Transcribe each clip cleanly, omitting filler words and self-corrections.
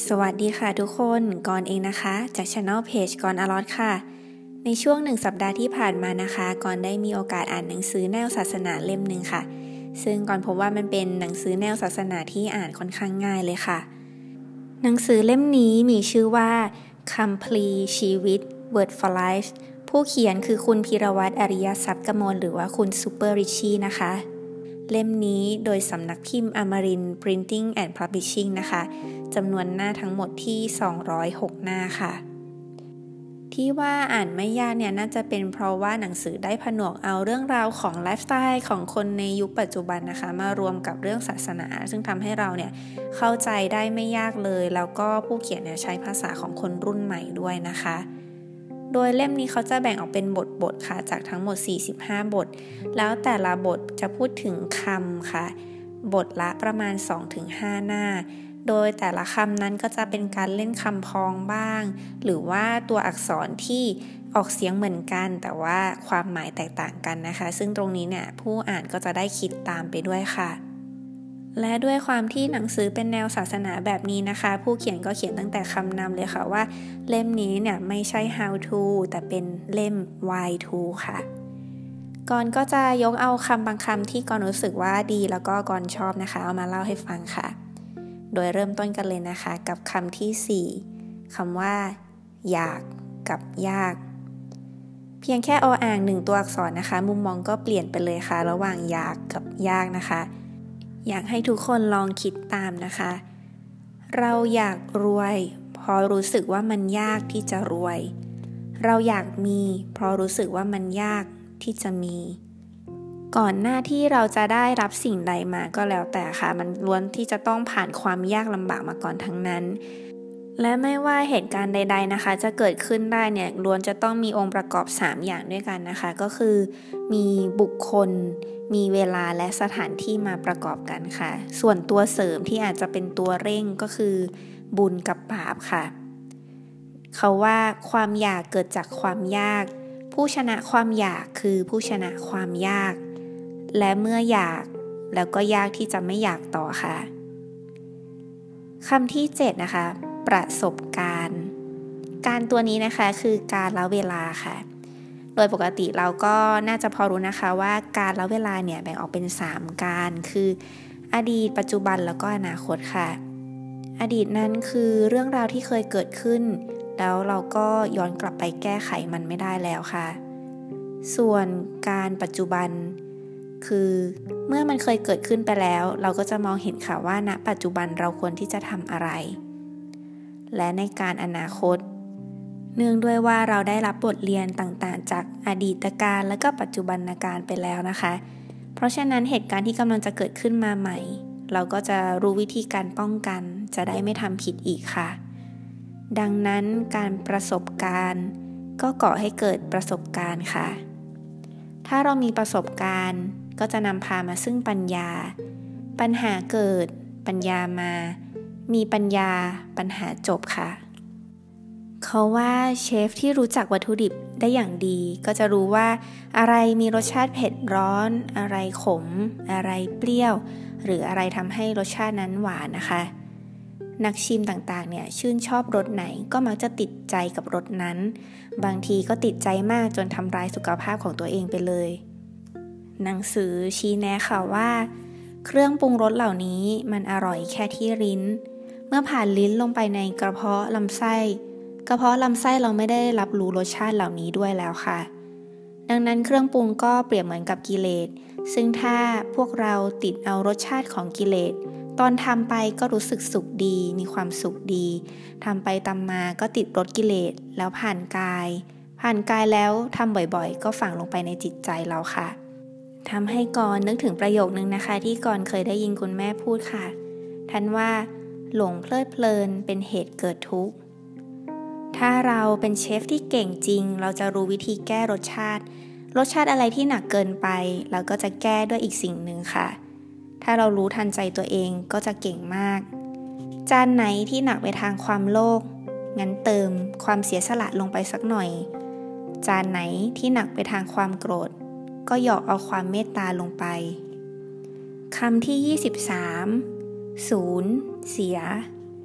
สวัสดีค่ะทุกคนกรเองนะคะจาก Channel Page กรอลอตค่ะในช่วง1 สัปดาห์ที่ผ่านมานะคะกรได้มีโอกาสอ่านหนังสือแนวศาสนาเล่มหนึ่งค่ะซึ่งกรพบว่ามันเป็นหนังสือแนวศาสนาที่อ่านค่อนข้างง่ายเลยค่ะหนังสือเล่มนี้มีชื่อว่าคำพลีชีวิต Word for Life ผู้เขียนคือคุณพีรวัตรอริยทรัพย์กมลหรือว่าคุณซูเปอร์ริชชี่นะคะเล่มนี้โดยสำนักพิมพ์อมรินทร์ Printing and Publishing นะคะจำนวนหน้าทั้งหมดที่206หน้าค่ะที่ว่าอ่านไม่ยากเนี่ยน่าจะเป็นเพราะว่าหนังสือได้ผนวกเอาเรื่องราวของไลฟ์สไตล์ของคนในยุคปัจจุบันนะคะมารวมกับเรื่องศาสนาซึ่งทำให้เราเนี่ยเข้าใจได้ไม่ยากเลยแล้วก็ผู้เขียนเนี่ยใช้ภาษาของคนรุ่นใหม่ด้วยนะคะโดยเล่มนี้เขาจะแบ่งออกเป็นบทค่ะจากทั้งหมด45บทแล้วแต่ละบทจะพูดถึงคำค่ะบทละประมาณ 2-5 หน้าโดยแต่ละคำนั้นก็จะเป็นการเล่นคำพ้องบ้างหรือว่าตัวอักษรที่ออกเสียงเหมือนกันแต่ว่าความหมายแตกต่างกันนะคะซึ่งตรงนี้เนี่ยผู้อ่านก็จะได้คิดตามไปด้วยค่ะและด้วยความที่หนังสือเป็นแนวศาสนาแบบนี้นะคะผู้เขียนก็เขียนตั้งแต่คำนำเลยค่ะว่าเล่มนี้เนี่ยไม่ใช่ how to แต่เป็นเล่ม why to ค่ะกรก็จะยกเอาคำบางคำที่กรรู้สึกว่าดีแล้วก็กรชอบนะคะเอามาเล่าให้ฟังค่ะโดยเริ่มต้นกันเลยนะคะกับคำที่4คำว่าอยากกับยากเพียงแค่ออ่าง1ตัวอักษรนะคะมุมมองก็เปลี่ยนไปเลยค่ะระหว่างอยากกับยากนะคะอยากให้ทุกคนลองคิดตามนะคะเราอยากรวยเพราะรู้สึกว่ามันยากที่จะรวยเราอยากมีเพราะรู้สึกว่ามันยากที่จะมีก่อนหน้าที่เราจะได้รับสิ่งใดมาก็แล้วแต่ค่ะมันล้วนที่จะต้องผ่านความยากลำบากมาก่อนทั้งนั้นและไม่ว่าเหตุการณ์ใดๆนะคะจะเกิดขึ้นได้เนี่ยล้วนจะต้องมีองค์ประกอบ3อย่างด้วยกันนะคะก็คือมีบุคคลมีเวลาและสถานที่มาประกอบกันค่ะส่วนตัวเสริมที่อาจจะเป็นตัวเร่งก็คือบุญกับบาปค่ะเขาว่าความอยากเกิดจากความยากผู้ชนะความอยากคือผู้ชนะความยากและเมื่ออยากแล้วก็ยากที่จะไม่อยากต่อค่ะคำที่7นะคะประสบการณ์การตัวนี้นะคะคือการละเวลาค่ะโดยปกติเราก็น่าจะพอรู้นะคะว่าการละเวลาเนี่ยแบ่งออกเป็น3การคืออดีตปัจจุบันแล้วก็อนาคตค่ะอดีตนั้นคือเรื่องราวที่เคยเกิดขึ้นแล้วเราก็ย้อนกลับไปแก้ไขมันไม่ได้แล้วค่ะส่วนการปัจจุบันคือเมื่อมันเคยเกิดขึ้นไปแล้วเราก็จะมองเห็นค่ะว่าณปัจจุบันเราควรที่จะทำอะไรและในการอนาคตเนื่องด้วยว่าเราได้รับบทเรียนต่างๆจากอดีตการและก็ปัจจุบันการไปแล้วนะคะเพราะฉะนั้นเหตุการณ์ที่กำลังจะเกิดขึ้นมาใหม่เราก็จะรู้วิธีการป้องกันจะได้ไม่ทำผิดอีกค่ะดังนั้นการประสบการณ์ก็ก่อให้เกิดประสบการณ์ค่ะถ้าเรามีประสบการณ์ก็จะนำพามาซึ่งปัญญาปัญหาเกิดปัญญามามีปัญญาปัญหาจบค่ะเขาว่าเชฟที่รู้จักวัตถุดิบได้อย่างดีก็จะรู้ว่าอะไรมีรสชาติเผ็ดร้อนอะไรขมอะไรเปรี้ยวหรืออะไรทำให้รสชาตินั้นหวานนะคะนักชิมต่างๆเนี่ยชื่นชอบรสไหนก็มักจะติดใจกับรสนั้นบางทีก็ติดใจมากจนทำร้ายสุขภาพของตัวเองไปเลยหนังสือชี้แนะค่ะว่าเครื่องปรุงรสเหล่านี้มันอร่อยแค่ที่ลิ้นเมื่อผ่านลิ้นลงไปในกระเพาะลำไส้เราไม่ได้รับรู้รสชาติเหล่านี้ด้วยแล้วค่ะดังนั้นเครื่องปรุงก็เปรียบเหมือนกับกิเลสซึ่งถ้าพวกเราติดเอารสชาติของกิเลสตอนทำไปก็รู้สึกสุขดีมีความสุขดีทำไปตามมาก็ติดรสกิเลสแล้วผ่านกายแล้วทำบ่อยๆก็ฝังลงไปในจิตใจเราค่ะทำให้กรนึกถึงประโยคนึงนะคะที่กรเคยได้ยินคุณแม่พูดค่ะท่านว่าหลงเพลิดเพลินเป็นเหตุเกิดทุกข์ถ้าเราเป็นเชฟที่เก่งจริงเราจะรู้วิธีแก้รสชาติอะไรที่หนักเกินไปเราก็จะแก้ด้วยอีกสิ่งหนึ่งค่ะถ้าเรารู้ทันใจตัวเองก็จะเก่งมากจานไหนที่หนักไปทางความโลภงั้นเติมความเสียสละลงไปสักหน่อยจานไหนที่หนักไปทางความโกรธก็หยอกเอาความเมตตาลงไปคำที่23สูญเสีย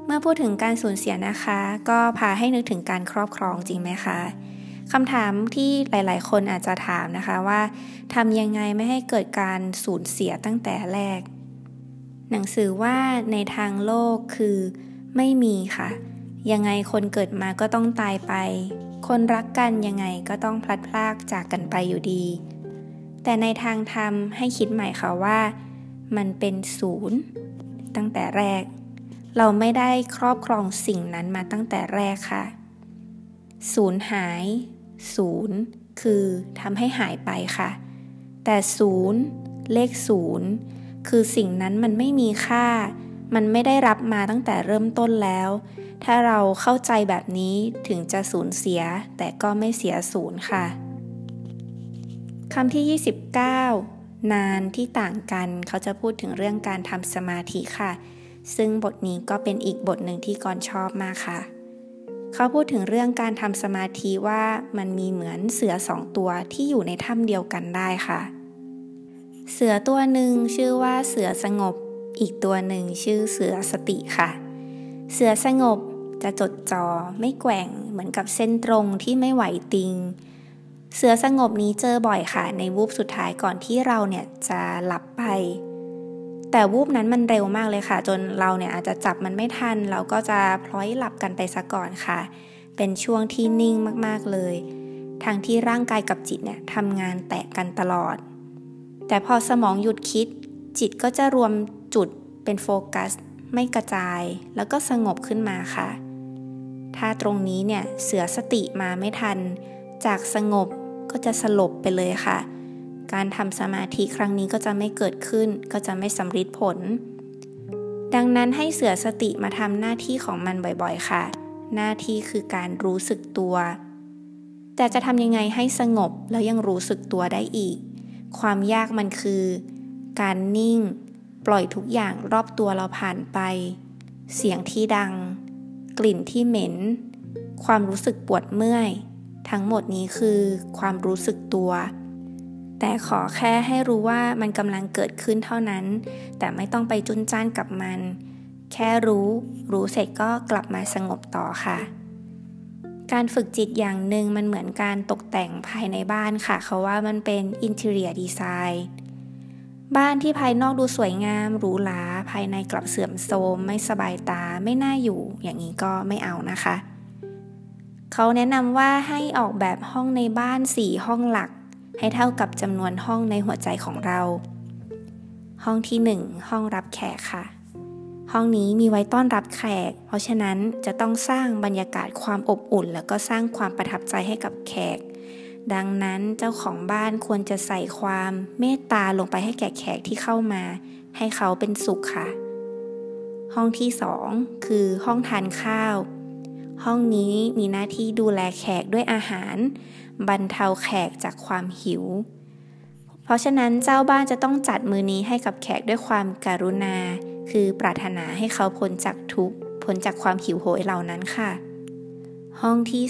เมื่อพูดถึงการสูญเสียนะคะก็พาให้นึกถึงการครอบครองจริงไหมคะคำถามที่หลายๆคนอาจจะถามนะคะว่าทำยังไงไม่ให้เกิดการสูญเสียตั้งแต่แรกหนังสือว่าในทางโลกคือไม่มีค่ะยังไงคนเกิดมาก็ต้องตายไปคนรักกันยังไงก็ต้องพลัดพรากจากกันไปอยู่ดีแต่ในทางธรรมให้คิดใหม่ค่ะว่ามันเป็นศูนย์ตั้งแต่แรกเราไม่ได้ครอบครองสิ่งนั้นมาตั้งแต่แรกค่ะสูญหายศูนย์คือทำให้หายไปค่ะแต่ศูนย์เลขศูนย์คือสิ่งนั้นมันไม่มีค่ามันไม่ได้รับมาตั้งแต่เริ่มต้นแล้วถ้าเราเข้าใจแบบนี้ถึงจะสูญเสียแต่ก็ไม่เสียศูนย์ค่ะคำที่29นานที่ต่างกันเขาจะพูดถึงเรื่องการทำสมาธิค่ะซึ่งบทนี้ก็เป็นอีกบทหนึ่งที่กรชอบมากค่ะเขาพูดถึงเรื่องการทำสมาธิว่ามันมีเหมือนเสือ2ตัวที่อยู่ในถ้ำเดียวกันได้ค่ะเสือตัวหนึ่งชื่อว่าเสือสงบอีกตัวหนึ่งชื่อเสือสติค่ะเสือสงบจะจดจ่อไม่แกว่งเหมือนกับเส้นตรงที่ไม่ไหวติงเสือสงบนี้เจอบ่อยค่ะในวูบสุดท้ายก่อนที่เราเนี่ยจะหลับไปแต่วูบนั้นมันเร็วมากเลยค่ะจนเราเนี่ยอาจจะจับมันไม่ทันเราก็จะพลอยหลับกันไปซะก่อนค่ะเป็นช่วงที่นิ่งมากๆเลยทั้งที่ร่างกายกับจิตเนี่ยทำงานแตะกันตลอดแต่พอสมองหยุดคิดจิตก็จะรวมจุดเป็นโฟกัสไม่กระจายแล้วก็สงบขึ้นมาค่ะถ้าตรงนี้เนี่ยเสือสติมาไม่ทันจากสงบก็จะสลบไปเลยค่ะการทำสมาธิครั้งนี้ก็จะไม่เกิดขึ้นก็จะไม่สำเร็จผลดังนั้นให้เสือสติมาทำหน้าที่ของมันบ่อยๆค่ะหน้าที่คือการรู้สึกตัวแต่จะทำยังไงให้สงบแล้วยังรู้สึกตัวได้อีกความยากมันคือการนิ่งปล่อยทุกอย่างรอบตัวเราผ่านไปเสียงที่ดังกลิ่นที่เหม็นความรู้สึกปวดเมื่อยทั้งหมดนี้คือความรู้สึกตัวแต่ขอแค่ให้รู้ว่ามันกำลังเกิดขึ้นเท่านั้นแต่ไม่ต้องไปจุนจ้านกับมันแค่รู้เสร็จก็กลับมาสงบต่อค่ะการฝึกจิตอย่างหนึ่งมันเหมือนการตกแต่งภายในบ้านค่ะเขาว่ามันเป็น interior design บ้านที่ภายนอกดูสวยงามหรูหราภายในกลับเสื่อมโทรมไม่สบายตาไม่น่าอยู่อย่างนี้ก็ไม่เอานะคะเขาแนะนำว่าให้ออกแบบห้องในบ้าน4ห้องหลักให้เท่ากับจำนวนห้องในหัวใจของเราห้องที่1ห้องรับแขกค่ะห้องนี้มีไว้ต้อนรับแขกเพราะฉะนั้นจะต้องสร้างบรรยากาศความอบอุ่นแล้วก็สร้างความประทับใจให้กับแขกดังนั้นเจ้าของบ้านควรจะใส่ความเมตตาลงไปให้แก่แขกที่เข้ามาให้เขาเป็นสุขค่ะห้องที่2คือห้องทานข้าวห้องนี้มีหน้าที่ดูแลแขกด้วยอาหารบรรเทาแขกจากความหิวเพราะฉะนั้นเจ้าบ้านจะต้องจัดมื้อนี้ให้กับแขกด้วยความกรุณาคือปรารถนาให้เขาพ้นจากทุกข์พ้นจากความหิวโหยเหล่านั้นค่ะห้องที่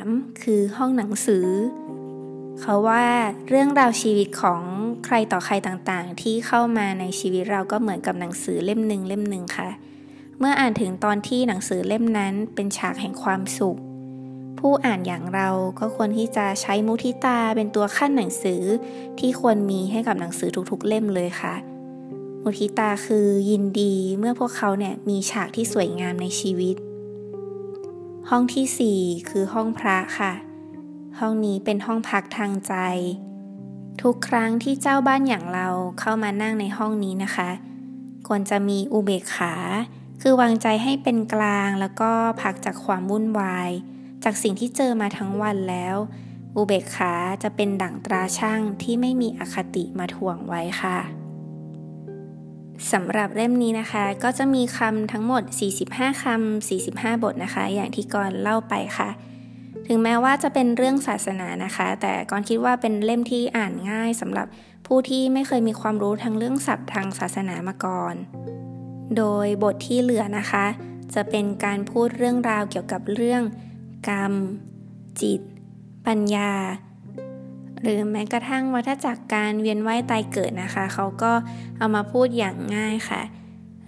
3คือห้องหนังสือเขาว่าเรื่องราวชีวิตของใครต่อใครต่างๆที่เข้ามาในชีวิตเราก็เหมือนกับหนังสือเล่มหนึ่งค่ะเมื่ออ่านถึงตอนที่หนังสือเล่มนั้นเป็นฉากแห่งความสุขผู้อ่านอย่างเราก็ควรที่จะใช้มุทิตาเป็นตัวขั้นหนังสือที่ควรมีให้กับหนังสือทุกๆเล่มเลยค่ะมุทิตาคือยินดีเมื่อพวกเขาเนี่ยมีฉากที่สวยงามในชีวิตห้องที่4คือห้องพระค่ะห้องนี้เป็นห้องพักทางใจทุกครั้งที่เจ้าบ้านอย่างเราเข้ามานั่งในห้องนี้นะคะควรจะมีอุเบกขาคือวางใจให้เป็นกลางแล้วก็พักจากความวุ่นวายจากสิ่งที่เจอมาทั้งวันแล้วอุเบกขาจะเป็นดั่งตราช่างที่ไม่มีอคติมาถ่วงไว้ค่ะสำหรับเล่มนี้นะคะก็จะมีคำทั้งหมด45คำ45บทนะคะอย่างที่กรเล่าไปค่ะถึงแม้ว่าจะเป็นเรื่องศาสนานะคะแต่กรคิดว่าเป็นเล่มที่อ่านง่ายสำหรับผู้ที่ไม่เคยมีความรู้ทางเรื่องศัพท์ทางศาสนามาก่อนโดยบทที่เหลือนะคะจะเป็นการพูดเรื่องราวเกี่ยวกับเรื่องกรรมจิตปัญญาหรือแม้กระทั่งวัฏจักรการเวียนว่ายตายเกิดนะคะเขาก็เอามาพูดอย่างง่ายค่ะ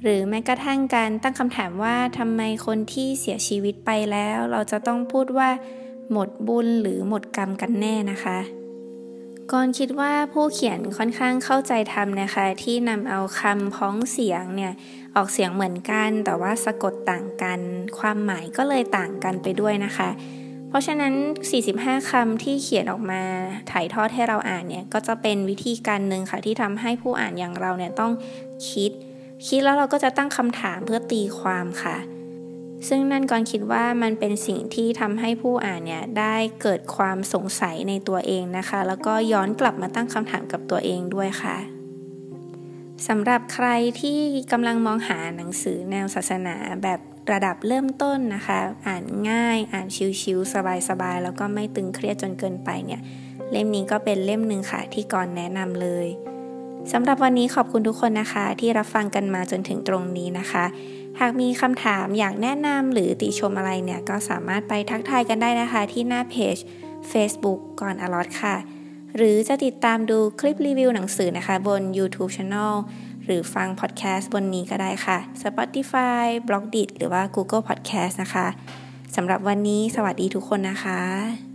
หรือแม้กระทั่งการตั้งคำถามว่าทำไมคนที่เสียชีวิตไปแล้วเราจะต้องพูดว่าหมดบุญหรือหมดกรรมกันแน่นะคะก่อนคิดว่าผู้เขียนค่อนข้างเข้าใจธรรมนะคะที่นำเอาคำพ้องเสียงเนี่ยออกเสียงเหมือนกันแต่ว่าสะกดต่างกันความหมายก็เลยต่างกันไปด้วยนะคะเพราะฉะนั้น45คำที่เขียนออกมาถ่ายทอดให้เราอ่านเนี่ยก็จะเป็นวิธีการนึงค่ะที่ทำให้ผู้อ่านอย่างเราเนี่ยต้องคิดแล้วเราก็จะตั้งคำถามเพื่อตีความค่ะซึ่งนั่นก่อนคิดว่ามันเป็นสิ่งที่ทำให้ผู้อ่านเนี่ยได้เกิดความสงสัยในตัวเองนะคะแล้วก็ย้อนกลับมาตั้งคำถามกับตัวเองด้วยค่ะสำหรับใครที่กำลังมองหาหนังสือแนวศาสนาแบบระดับเริ่มต้นนะคะอ่านง่ายอ่านชิลๆสบายๆแล้วก็ไม่ตึงเครียดจนเกินไปเนี่ยเล่มนี้ก็เป็นเล่มนึงค่ะที่ก่อนแนะนำเลยสำหรับวันนี้ขอบคุณทุกคนนะคะที่รับฟังกันมาจนถึงตรงนี้นะคะหากมีคำถามอยากแนะนำหรือติชมอะไรเนี่ยก็สามารถไปทักทายกันได้นะคะที่หน้าเพจ Facebook ก่อนอลอตค่ะหรือจะติดตามดูคลิปรีวิวหนังสือนะคะบน YouTube Channel หรือฟังพอดแคสต์บนนี้ก็ได้ค่ะ Spotify, Blogdit หรือว่า Google Podcast นะคะสำหรับวันนี้สวัสดีทุกคนนะคะ